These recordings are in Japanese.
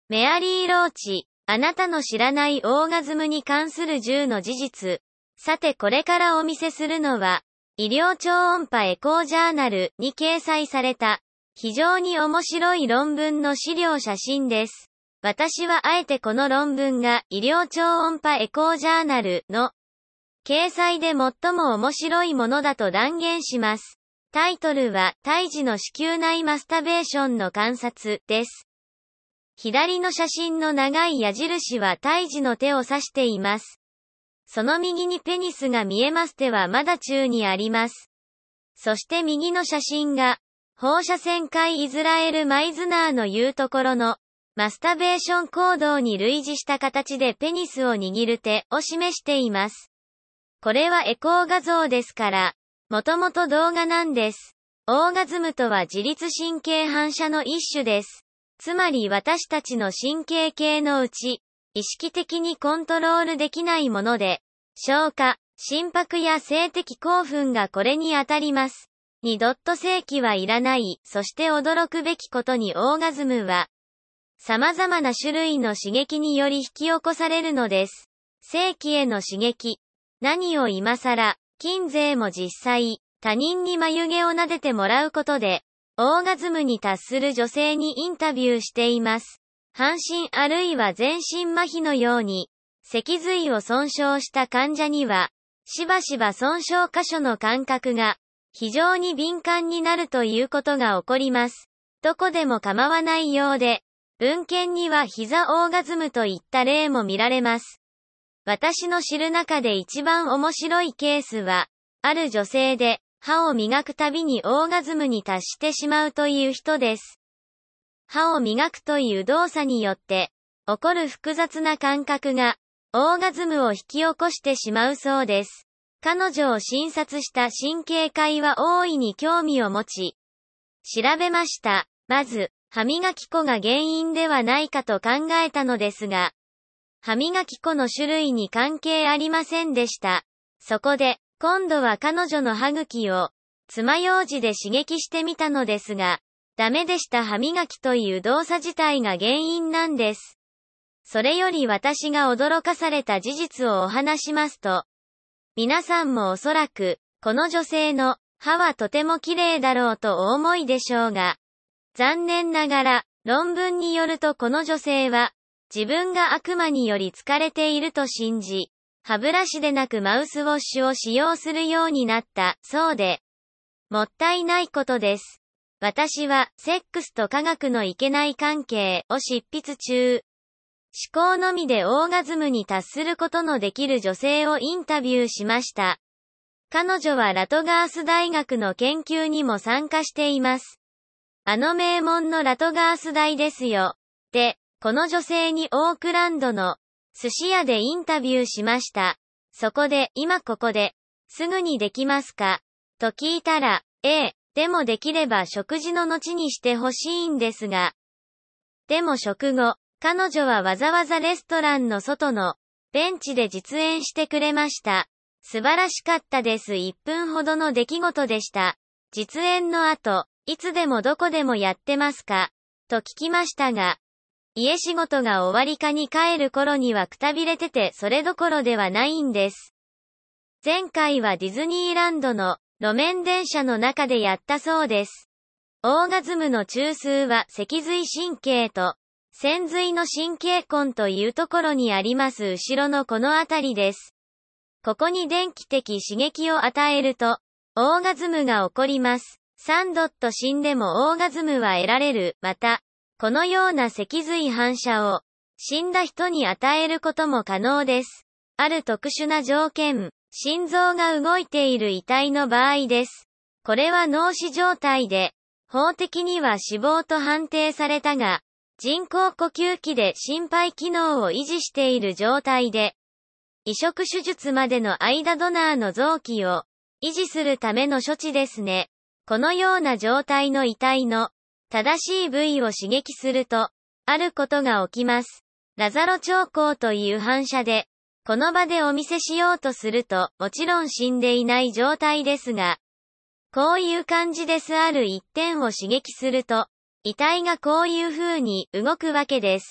メアリー・ローチ、あなたの知らないオーガズムに関する10の事実。さてこれからお見せするのは、医療超音波エコージャーナルに掲載された、非常に面白い論文の資料写真です。私はあえてこの論文が医療超音波エコージャーナルの掲載で最も面白いものだと断言します。タイトルは、胎児の子宮内マスタベーションの観察です。左の写真の長い矢印は胎児の手を指しています。その右にペニスが見えます。手はまだ宙にあります。そして右の写真が、放射線科医イズラエル・マイズナーの言うところの、マスタベーション行動に類似した形でペニスを握る手を示しています。これはエコー画像ですから、もともと動画なんです。オーガズムとは自律神経反射の一種です。つまり私たちの神経系のうち、意識的にコントロールできないもので、消化、心拍や性的興奮がこれに当たります。正規はいらない。そして驚くべきことにオーガズムは、様々な種類の刺激により引き起こされるのです。性器への刺激。何を今更、近世も実際、他人に眉毛を撫でてもらうことで、オーガズムに達する女性にインタビューしています。半身あるいは全身麻痺のように、脊髄を損傷した患者には、しばしば損傷箇所の感覚が、非常に敏感になるということが起こります。どこでも構わないようで、文献には膝オーガズムといった例も見られます。私の知る中で一番面白いケースは、ある女性で、歯を磨くたびにオーガズムに達してしまうという人です。歯を磨くという動作によって、起こる複雑な感覚が、オーガズムを引き起こしてしまうそうです。彼女を診察した神経科医は大いに興味を持ち、調べました。まず、歯磨き粉が原因ではないかと考えたのですが、歯磨き粉の種類に関係ありませんでした。そこで、今度は彼女の歯茎を、爪楊枝で刺激してみたのですが、ダメでした。歯磨きという動作自体が原因なんです。それより私が驚かされた事実をお話しますと、皆さんもおそらく、この女性の歯はとても綺麗だろうとお思いでしょうが、残念ながら、論文によるとこの女性は、自分が悪魔により疲れていると信じ、歯ブラシでなくマウスウォッシュを使用するようになったそうで、もったいないことです。私は、セックスと科学のいけない関係を執筆中。思考のみでオーガズムに達することのできる女性をインタビューしました。彼女はラトガース大学の研究にも参加しています。あの名門のラトガース大ですよ。で、この女性にオークランドの寿司屋でインタビューしました。そこで、今ここで、すぐにできますかと聞いたら、でもできれば食事の後にしてほしいんですが。でも食後、彼女はわざわざレストランの外のベンチで実演してくれました。素晴らしかったです。1分ほどの出来事でした。実演の後、いつでもどこでもやってますかと聞きましたが、家仕事が終わりかに帰る頃にはくたびれててそれどころではないんです。前回はディズニーランドの路面電車の中でやったそうです。オーガズムの中枢は脊髄神経と仙髄の神経根というところにあります後ろのこのあたりです。ここに電気的刺激を与えると、オーガズムが起こります。死んでもオーガズムは得られる。また、このような脊髄反射を死んだ人に与えることも可能です。ある特殊な条件、心臓が動いている遺体の場合です。これは脳死状態で、法的には死亡と判定されたが、人工呼吸器で心肺機能を維持している状態で、移植手術までの間ドナーの臓器を維持するための処置ですね。このような状態の遺体の正しい部位を刺激すると、あることが起きます。ラザロ兆候という反射で、この場でお見せしようとすると、もちろん死んでいない状態ですが、こういう感じです。ある一点を刺激すると、遺体がこういう風に動くわけです。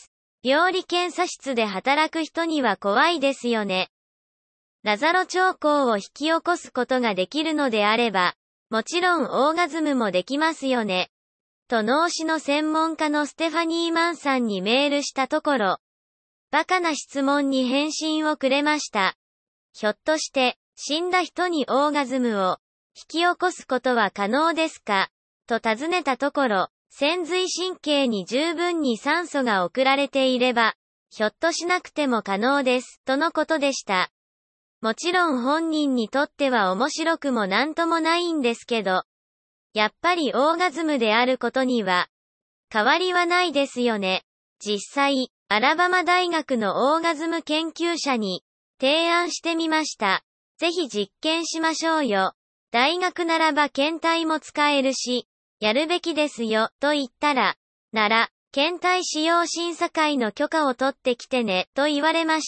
病理検査室で働く人には怖いですよね。ラザロ兆候を引き起こすことができるのであれば、もちろんオーガズムもできますよね。と脳死の専門家のステファニー・マンさんにメールしたところ、バカな質問に返信をくれました。ひょっとして、死んだ人にオーガズムを引き起こすことは可能ですかと尋ねたところ、脊髄神経に十分に酸素が送られていれば、ひょっとしなくても可能です、とのことでした。もちろん本人にとっては面白くもなんともないんですけど、やっぱりオーガズムであることには、変わりはないですよね。実際、アラバマ大学のオーガズム研究者に提案してみました。ぜひ実験しましょうよ。大学ならば検体も使えるし、やるべきですよ、と言ったら、なら、検体使用審査会の許可を取ってきてね、と言われました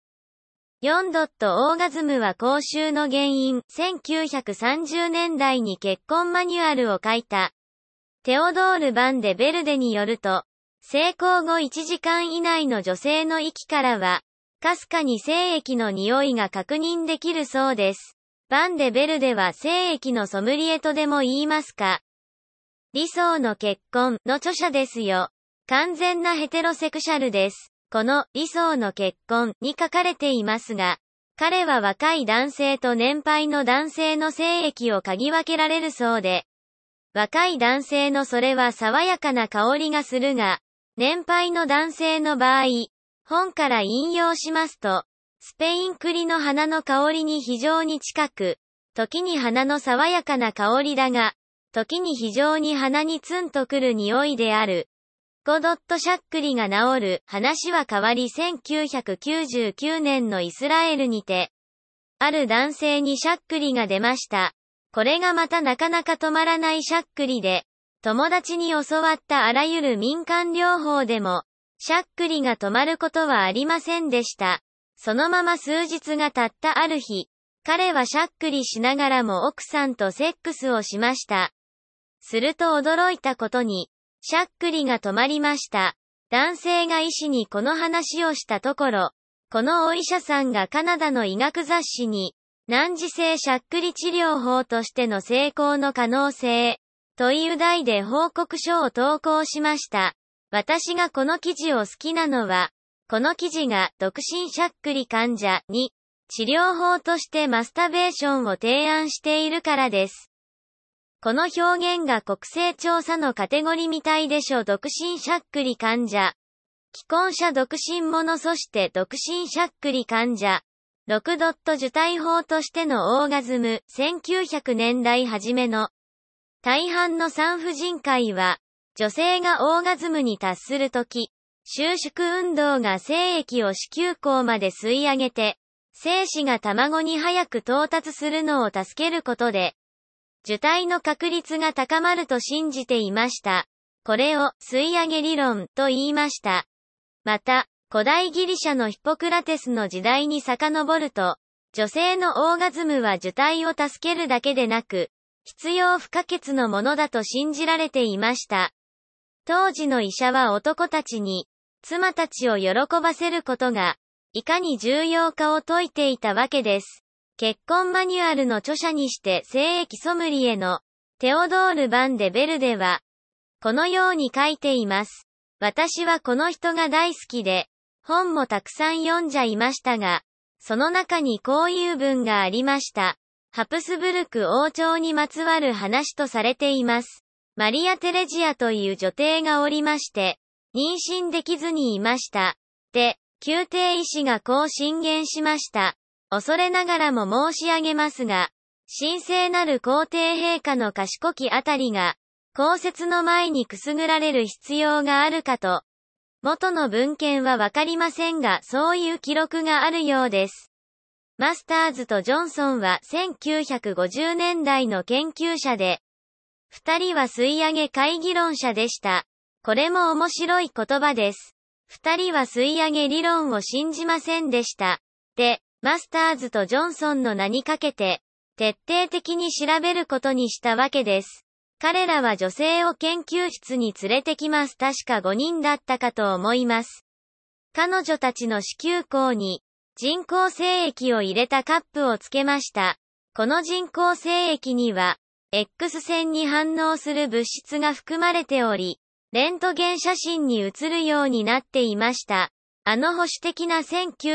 。4. オーガズムは口臭の原因。1930年代に結婚マニュアルを書いた。テオドール・バンデ・ベルデによると、性交後1時間以内の女性の息からは、かすかに精液の匂いが確認できるそうです。バンデ・ベルデは精液のソムリエとでも言いますか。理想の結婚の著者ですよ。完全なヘテロセクシャルです。この理想の結婚に書かれていますが、彼は若い男性と年配の男性の精液を嗅ぎ分けられるそうで、若い男性のそれは爽やかな香りがするが、年配の男性の場合、本から引用しますと、スペイン栗の花の香りに非常に近く、時に花の爽やかな香りだが、時に非常に鼻にツンとくる匂いである。しゃっくりが治る話は変わり1999年のイスラエルにて、ある男性にしゃっくりが出ました。これがまたなかなか止まらないしゃっくりで、友達に教わったあらゆる民間療法でも、しゃっくりが止まることはありませんでした。そのまま数日が経ったある日、彼はしゃっくりしながらも奥さんとセックスをしました。すると驚いたことに、しゃっくりが止まりました。男性が医師にこの話をしたところ、このお医者さんがカナダの医学雑誌に、難治性しゃっくり治療法としての成功の可能性、という題で報告書を投稿しました。私がこの記事を好きなのは、この記事が独身しゃっくり患者に、治療法としてマスタベーションを提案しているからです。この表現が国勢調査のカテゴリーみたいでしょ。独身しゃっくり患者。既婚者独身者そして独身しゃっくり患者。6. 受胎法としてのオーガズム。1900年代初めの大半の産婦人科医は、女性がオーガズムに達するとき、収縮運動が精液を子宮口まで吸い上げて、精子が卵に早く到達するのを助けることで、受胎の確率が高まると信じていました。これを吸い上げ理論と言いました。また、古代ギリシャのヒポクラテスの時代に遡ると、女性のオーガズムは受胎を助けるだけでなく、必要不可欠のものだと信じられていました。当時の医者は男たちに、妻たちを喜ばせることが、いかに重要かを説いていたわけです。結婚マニュアルの著者にして精液ソムリエのテオドール・バンデ・ベルデは、このように書いています。私はこの人が大好きで、本もたくさん読んじゃいましたが、その中にこういう文がありました。ハプスブルク王朝にまつわる話とされています。マリア・テレジアという女帝がおりまして、妊娠できずにいました。で、宮廷医師がこう進言しました。恐れながらも申し上げますが、神聖なる皇帝陛下の賢きあたりが、公設の前にくすぐられる必要があるかと。元の文献はわかりませんが、そういう記録があるようです。マスターズとジョンソンは1950年代の研究者で、二人は吸い上げ会議論者でした。これも面白い言葉です。二人は吸い上げ理論を信じませんでした。で、マスターズとジョンソンの名にかけて、徹底的に調べることにしたわけです。彼らは女性を研究室に連れてきます。確か5人だったかと思います。 彼女たちの子宮口に人工精液を入れたカップをつけました。この人工精液には、X 線に反応する物質が含まれており、レントゲン写真に写るようになっていました。保守的な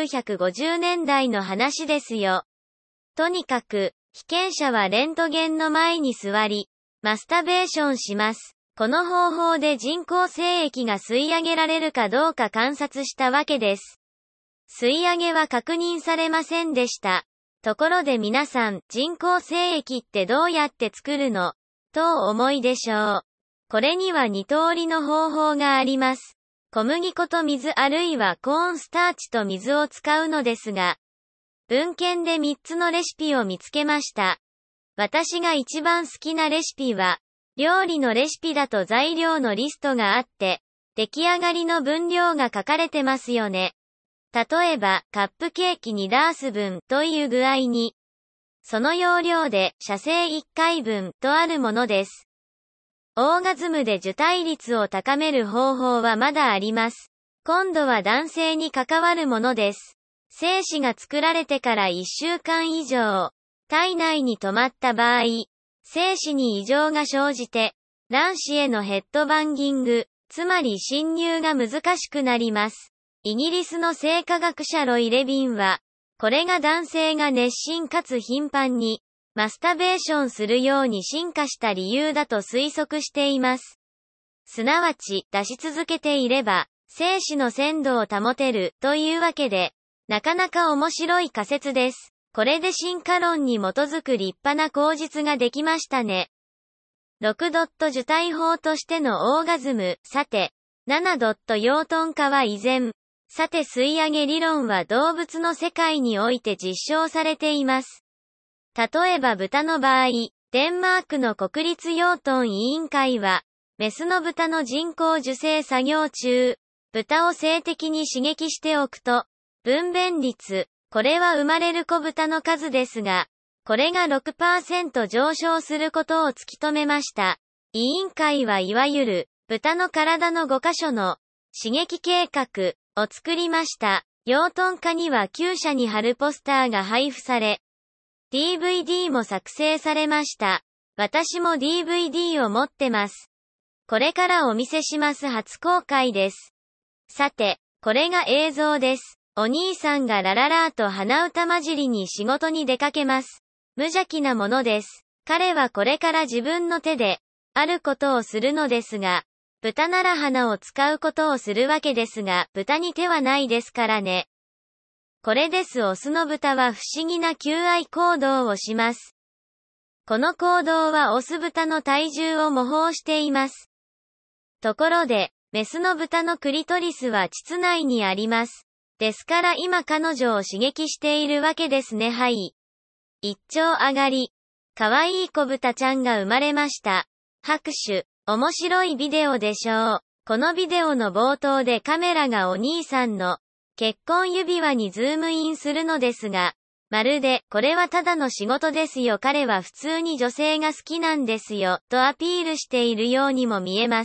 1950年代の話ですよ。とにかく、被験者はレントゲンの前に座り、マスタベーションします。この方法で人工精液が吸い上げられるかどうか観察したわけです。吸い上げは確認されませんでした。ところで皆さん、人工精液ってどうやって作るの？とお思いでしょう。これには2通りの方法があります。小麦粉と水あるいはコーンスターチと水を使うのですが、文献で3つのレシピを見つけました。私が一番好きなレシピは、料理のレシピだと材料のリストがあって、出来上がりの分量が書かれてますよね。例えば、カップケーキ2ダース分という具合に、その要領で射精1回分とあるものです。オーガズムで受胎率を高める方法はまだあります。今度は男性に関わるものです。精子が作られてから1週間以上、体内に止まった場合、精子に異常が生じて、卵子へのヘッドバンギング、つまり侵入が難しくなります。イギリスの生化学者ロイ・レビンは、これが男性が熱心かつ頻繁に、マスタベーションするように進化した理由だと推測しています。すなわち、出し続けていれば、精子の鮮度を保てる、というわけで、なかなか面白い仮説です。これで進化論に基づく立派な口実ができましたね。6. 受胎法としてのオーガズム。さて、7. 養豚化は以前。さて吸い上げ理論は動物の世界において実証されています。例えば豚の場合、デンマークの国立養豚委員会は、メスの豚の人工授精作業中、豚を性的に刺激しておくと、分娩率、これは生まれる子豚の数ですが、これが 6% 上昇することを突き止めました。委員会はいわゆる、豚の体の5カ所の刺激計画を作りました。養豚家には厩舎に貼るポスターが配布され、DVD も作成されました。私も DVD を持ってます。これからお見せします。初公開です。さて、これが映像です。お兄さんがラララーと鼻歌混じりに仕事に出かけます。無邪気なものです。彼はこれから自分の手で、あることをするのですが、豚なら鼻を使うことをするわけですが、豚に手はないですからね。これです。オスの豚は不思議な求愛行動をします。この行動はオス豚の体重を模倣しています。ところで、メスの豚のクリトリスは膣内にあります。ですから今彼女を刺激しているわけですね。はい。一丁上がり。かわいい子豚ちゃんが生まれました。拍手。面白いビデオでしょう。このビデオの冒頭でカメラがお兄さんの結婚指輪にズームインするのですが、まるで、これはただの仕事ですよ。彼は普通に女性が好きなんですよ、とアピールしているようにも見えます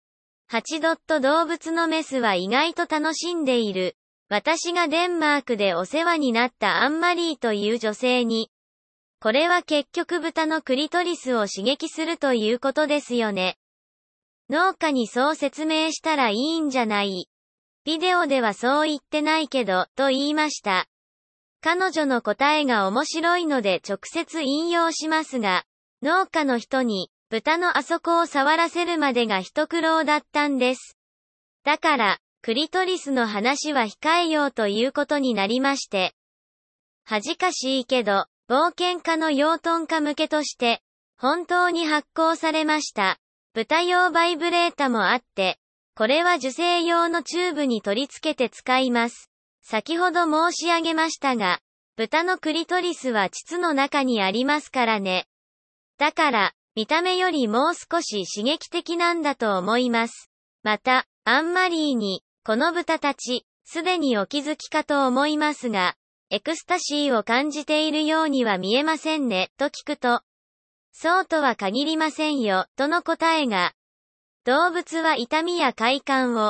。8. 動物のメスは意外と楽しんでいる。私がデンマークでお世話になったアンマリーという女性に、これは結局豚のクリトリスを刺激するということですよね。農家にそう説明したらいいんじゃない。ビデオではそう言ってないけど、と言いました。彼女の答えが面白いので直接引用しますが、農家の人に、豚のあそこを触らせるまでが一苦労だったんです。だから、クリトリスの話は控えようということになりまして。恥かしいけど、冒険家の養豚家向けとして、本当に発行されました。豚用バイブレータもあって、これは受精用のチューブに取り付けて使います。先ほど申し上げましたが、豚のクリトリスは膣の中にありますからね。だから、見た目よりもう少し刺激的なんだと思います。また、アンマリーに、この豚たち、すでにお気づきかと思いますが、エクスタシーを感じているようには見えませんね、と聞くと、そうとは限りませんよ、との答えが。動物は痛みや快感を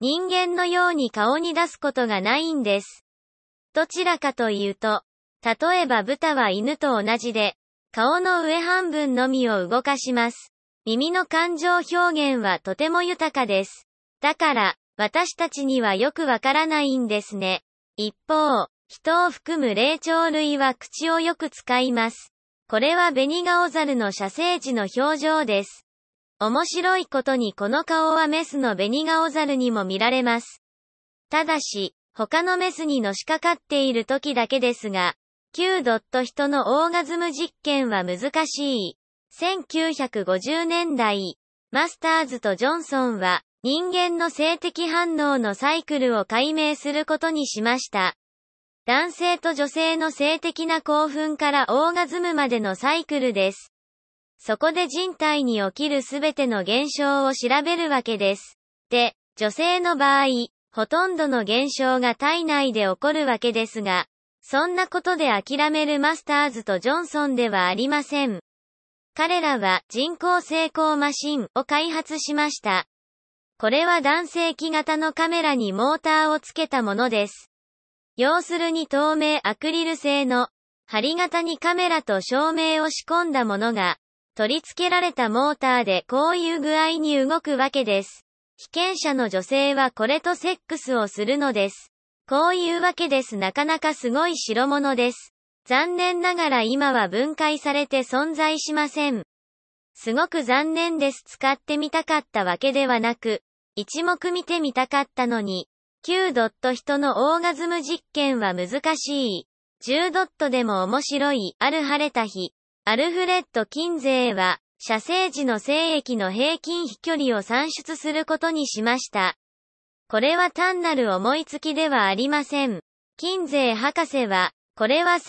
人間のように顔に出すことがないんです。どちらかというと、例えば豚は犬と同じで、顔の上半分のみを動かします。耳の感情表現はとても豊かです。だから、私たちにはよくわからないんですね。一方、人を含む霊長類は口をよく使います。これはベニガオザルの射精時の表情です。面白いことにこの顔はメスのベニガオザルにも見られます。ただし、他のメスにのしかかっている時だけですが、Q. 人のオーガズム実験は難しい。1950年代、マスターズとジョンソンは、人間の性的反応のサイクルを解明することにしました。男性と女性の性的な興奮からオーガズムまでのサイクルです。そこで人体に起きるすべての現象を調べるわけです。で、女性の場合、ほとんどの現象が体内で起こるわけですが、そんなことで諦めるマスターズとジョンソンではありません。彼らは人工性交マシンを開発しました。これは男性器型のカメラにモーターをつけたものです。要するに透明アクリル製の針型にカメラと照明を仕込んだものが取り付けられたモーターでこういう具合に動くわけです。被験者の女性はこれとセックスをするのです。こういうわけです。なかなかすごい代物です。残念ながら今は分解されて存在しません。すごく残念です。使ってみたかったわけではなく、一目見てみたかったのに、Q. 人のオーガズム実験は難しい。10. でも面白い。ある晴れた日、アルフレッド・キンゼーは、射精時の精液の平均飛距離を算出することにしました。これは単なる思いつきではありません。キンゼー博士は、これは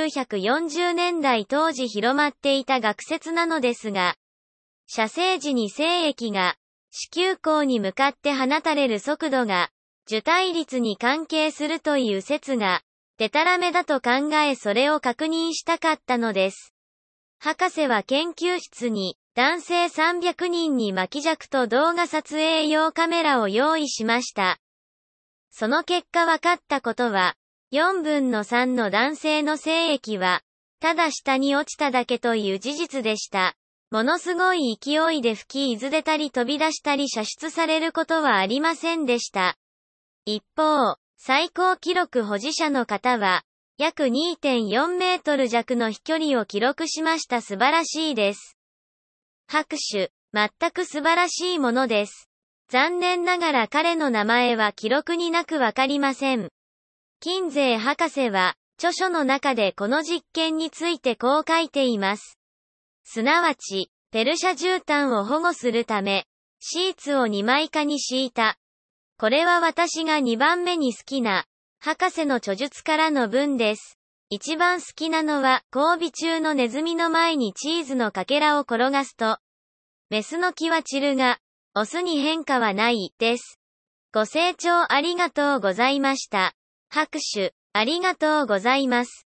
1940年代当時広まっていた学説なのですが、射精時に精液が子宮口に向かって放たれる速度が受胎率に関係するという説がデタラメだと考えそれを確認したかったのです。博士は研究室に男性300人に巻き尺と動画撮影用カメラを用意しました。その結果分かったことは、4分の3の男性の精液は、ただ下に落ちただけという事実でした。ものすごい勢いで吹き出でたり飛び出したり射出されることはありませんでした。一方、最高記録保持者の方は、約 2.4 メートル弱の飛距離を記録しました。素晴らしいです。拍手、全く素晴らしいものです。残念ながら彼の名前は記録になくわかりません。キンゼー博士は、著書の中でこの実験についてこう書いています。すなわち、ペルシャ絨毯を保護するため、シーツを2枚化に敷いた。これは私が2番目に好きな、博士の著述からの文です。一番好きなのは、交尾中のネズミの前にチーズのかけらを転がすと、メスの気は散るが、オスに変化はない、です。ご清聴ありがとうございました。拍手、ありがとうございます。